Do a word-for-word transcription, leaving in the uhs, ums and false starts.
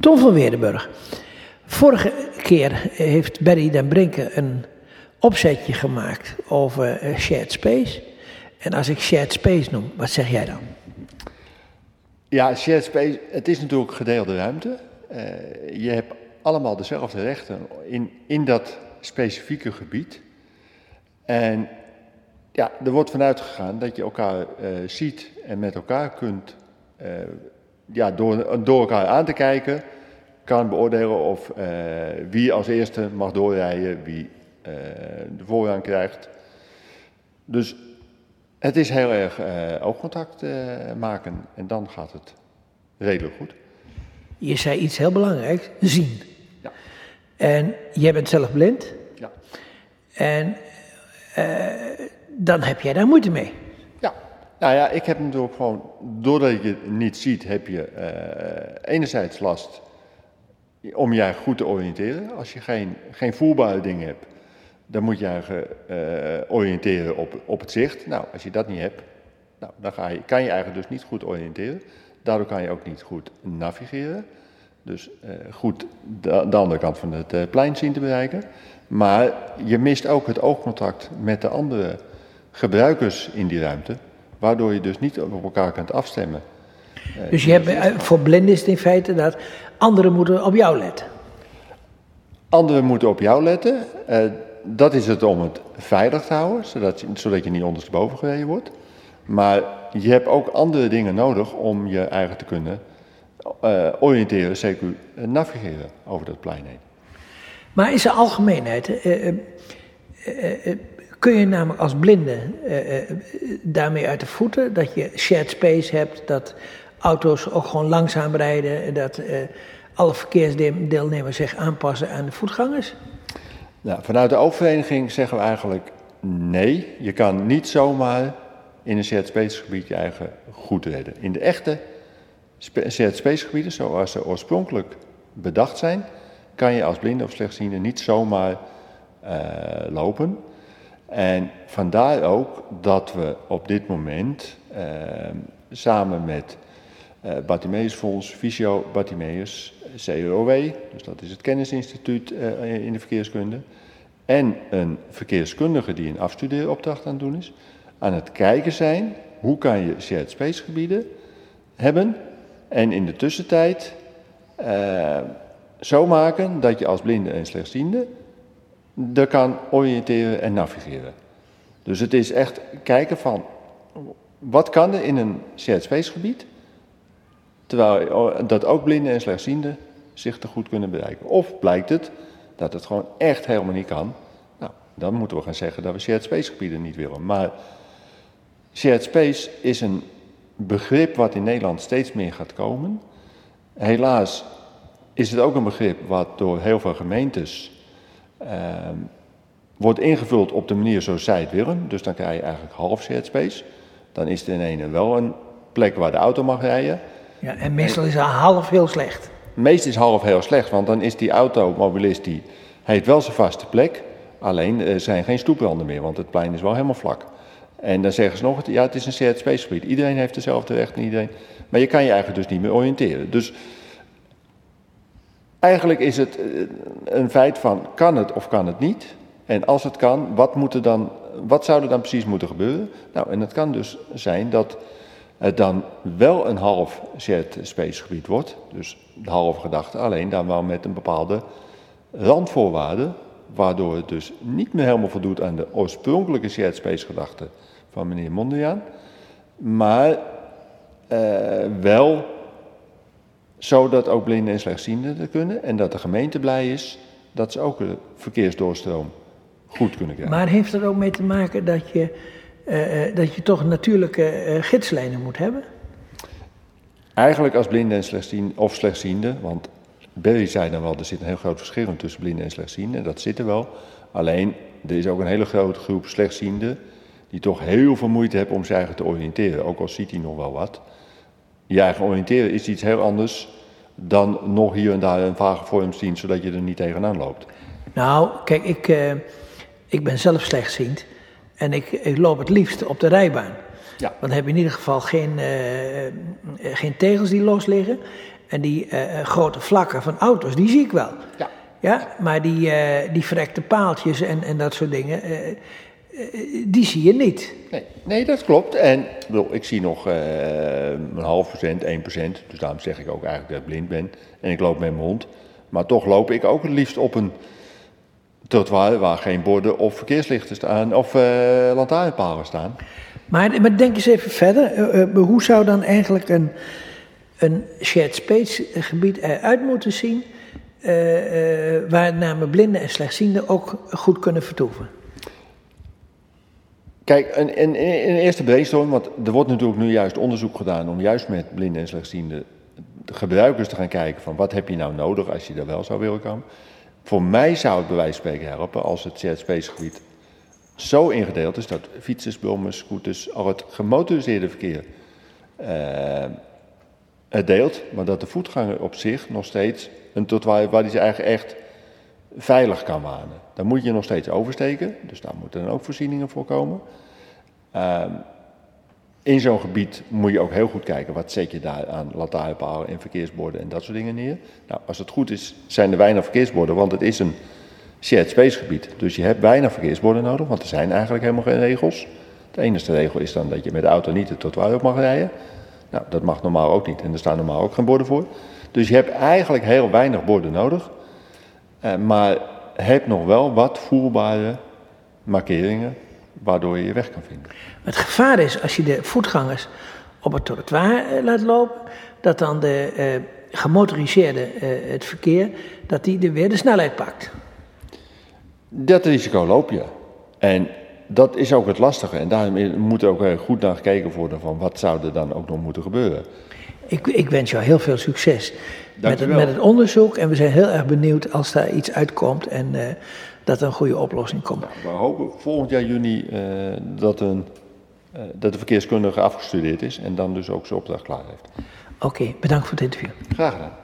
Tom van Weerdenburg. Vorige keer heeft Berry den Brinke een opzetje gemaakt over uh, shared space. En als ik shared space noem, wat zeg jij dan? Ja, shared space, het is natuurlijk gedeelde ruimte. Uh, je hebt allemaal dezelfde rechten in, in dat specifieke gebied. En ja, er wordt vanuit gegaan dat je elkaar uh, ziet en met elkaar kunt, uh, ja, door, door elkaar aan te kijken, kan beoordelen of uh, wie als eerste mag doorrijden, wie uh, de voorrang krijgt. Dus het is heel erg uh, oogcontact uh, maken en dan gaat het redelijk goed. Je zei iets heel belangrijks, zien. Ja. En jij bent zelf blind. Ja. En uh, dan heb jij daar moeite mee. Ja, nou ja, ik heb natuurlijk gewoon, doordat je het niet ziet, heb je uh, enerzijds last om je goed te oriënteren. Als je geen, geen voelbare dingen hebt, dan moet je je uh, oriënteren op, op het zicht. Nou, als je dat niet hebt, nou, dan ga je, kan je eigenlijk dus niet goed oriënteren. Daardoor kan je ook niet goed navigeren. Dus uh, goed de, de andere kant van het uh, plein zien te bereiken. Maar je mist ook het oogcontact met de andere gebruikers in die ruimte. Waardoor je dus niet op elkaar kunt afstemmen. Uh, dus je hebt, uh, voor blinden is het in feite dat anderen moeten op jou letten. Anderen moeten op jou letten. Uh, dat is het om het veilig te houden, zodat, zodat je niet ondersteboven gereden wordt. Maar je hebt ook andere dingen nodig om je eigen te kunnen uh, oriënteren, zeker uh, navigeren over dat plein heen. Maar in zijn algemeenheid, uh, uh, uh, uh, kun je namelijk als blinde uh, uh, daarmee uit de voeten, dat je shared space hebt, dat auto's ook gewoon langzaam rijden, dat uh, alle verkeersdeelnemers zich aanpassen aan de voetgangers? Nou, vanuit de oogvereniging zeggen we eigenlijk nee, je kan niet zomaar in een shared space gebied je eigen goed redden. In de echte shared space gebieden, zoals ze oorspronkelijk bedacht zijn, kan je als blinde of slechtziende niet zomaar uh, lopen. En vandaar ook dat we op dit moment uh, samen met uh, Bartimeus Fonds, Visio Bartimeus, C R O W, dus dat is het kennisinstituut uh, in de verkeerskunde, en een verkeerskundige die een afstudeeropdracht aan het doen is, aan het kijken zijn, hoe kan je shared space gebieden hebben en in de tussentijd uh, zo maken dat je als blinde en slechtziende er kan oriënteren en navigeren. Dus het is echt kijken van, wat kan er in een shared space gebied, terwijl dat ook blinden en slechtzienden zich te goed kunnen bereiken. Of blijkt het dat het gewoon echt helemaal niet kan, nou, dan moeten we gaan zeggen dat we shared space gebieden niet willen. Maar shared space is een begrip wat in Nederland steeds meer gaat komen. Helaas is het ook een begrip wat door heel veel gemeentes uh, wordt ingevuld op de manier zoals zij het willen. Dus dan krijg je eigenlijk half shared space. Dan is er in ene wel een plek waar de auto mag rijden. Ja, en meestal is half heel slecht. Meestal is half heel slecht, want dan is die automobilist die heeft wel zijn vaste plek. Alleen er zijn geen stoepranden meer, want het plein is wel helemaal vlak. En dan zeggen ze nog, ja, het is een shared space gebied. Iedereen heeft dezelfde rechten, iedereen. Maar je kan je eigenlijk dus niet meer oriënteren. Dus eigenlijk is het een feit van, kan het of kan het niet? En als het kan, wat, moet er dan, wat zou er dan precies moeten gebeuren? Nou, en het kan dus zijn dat het dan wel een half shared space gebied wordt. Dus de halve gedachte, alleen dan wel met een bepaalde randvoorwaarde, waardoor het dus niet meer helemaal voldoet aan de oorspronkelijke shared space gedachte van meneer Mondriaan, maar uh, wel zodat ook blinden en slechtzienden er kunnen en dat de gemeente blij is dat ze ook de verkeersdoorstroom goed kunnen krijgen. Maar heeft er ook mee te maken dat je, uh, dat je toch natuurlijke uh, gidslijnen moet hebben? Eigenlijk als blinden en slechtzienden, of slechtzienden, want Berry zei dan wel, er zit een heel groot verschil tussen blinden en slechtzienden, dat zit er wel. Alleen, er is ook een hele grote groep slechtzienden die toch heel veel moeite hebben om zich eigen te oriënteren, ook al ziet hij nog wel wat. Je eigen oriënteren is iets heel anders dan nog hier en daar een vage vorm zien, zodat je er niet tegenaan loopt. Nou, kijk, ik, uh, ik ben zelf slechtziend en ik, ik loop het liefst op de rijbaan. Ja. Dan heb je in ieder geval geen, uh, geen tegels die los liggen. En die uh, grote vlakken van auto's, die zie ik wel. Ja. Ja, maar die, uh, die verrekte paaltjes en, en dat soort dingen, uh, uh, die zie je niet. Nee, nee, dat klopt. En bedoel, ik zie nog uh, een half procent, één procent. Dus daarom zeg ik ook eigenlijk dat ik blind ben. En ik loop met mijn hond. Maar toch loop ik ook het liefst op een trottoir waar geen borden of verkeerslichten staan of uh, lantaarnpalen staan. Maar, maar denk eens even verder. Uh, uh, hoe zou dan eigenlijk een, een shared space gebied eruit moeten zien, uh, uh, waar namelijk blinden en slechtzienden ook goed kunnen vertoeven? Kijk, in, in, in eerste brainstorm, want er wordt natuurlijk nu juist onderzoek gedaan om juist met blinden en slechtzienden de gebruikers te gaan kijken van wat heb je nou nodig als je daar wel zou willen komen. Voor mij zou het bij wijze van spreken helpen als het shared space gebied zo ingedeeld is dat fietsers, bromers, scooters, al het gemotoriseerde verkeer uh, het deelt, maar dat de voetganger op zich nog steeds een trottoir waar hij zich eigenlijk echt veilig kan wanen. Dan moet je nog steeds oversteken, dus daar moeten dan ook voorzieningen voor komen. Uh, in zo'n gebied moet je ook heel goed kijken, wat zet je daar aan lantaarnpalen en verkeersborden en dat soort dingen neer. Nou, als het goed is, zijn er weinig verkeersborden, want het is een shared space gebied. Dus je hebt weinig verkeersborden nodig, want er zijn eigenlijk helemaal geen regels. De enige regel is dan dat je met de auto niet het trottoir op mag rijden. Nou, dat mag normaal ook niet en er staan normaal ook geen borden voor. Dus je hebt eigenlijk heel weinig borden nodig, uh, maar hebt nog wel wat voerbare markeringen waardoor je je weg kan vinden. Het gevaar is als je de voetgangers op het trottoir uh, laat lopen, dat dan de uh, gemotoriseerde uh, het verkeer, dat die er weer de snelheid pakt. Dat risico loop je. En dat is ook het lastige. En daarom moet er ook goed naar gekeken worden van wat zou er dan ook nog moeten gebeuren. Ik, ik wens jou heel veel succes met het, met het onderzoek. En we zijn heel erg benieuwd als daar iets uitkomt en uh, dat er een goede oplossing komt. Nou, we hopen volgend jaar juni uh, dat, een, uh, dat de verkeerskundige afgestudeerd is en dan dus ook zijn opdracht klaar heeft. Oké, okay, bedankt voor het interview. Graag gedaan.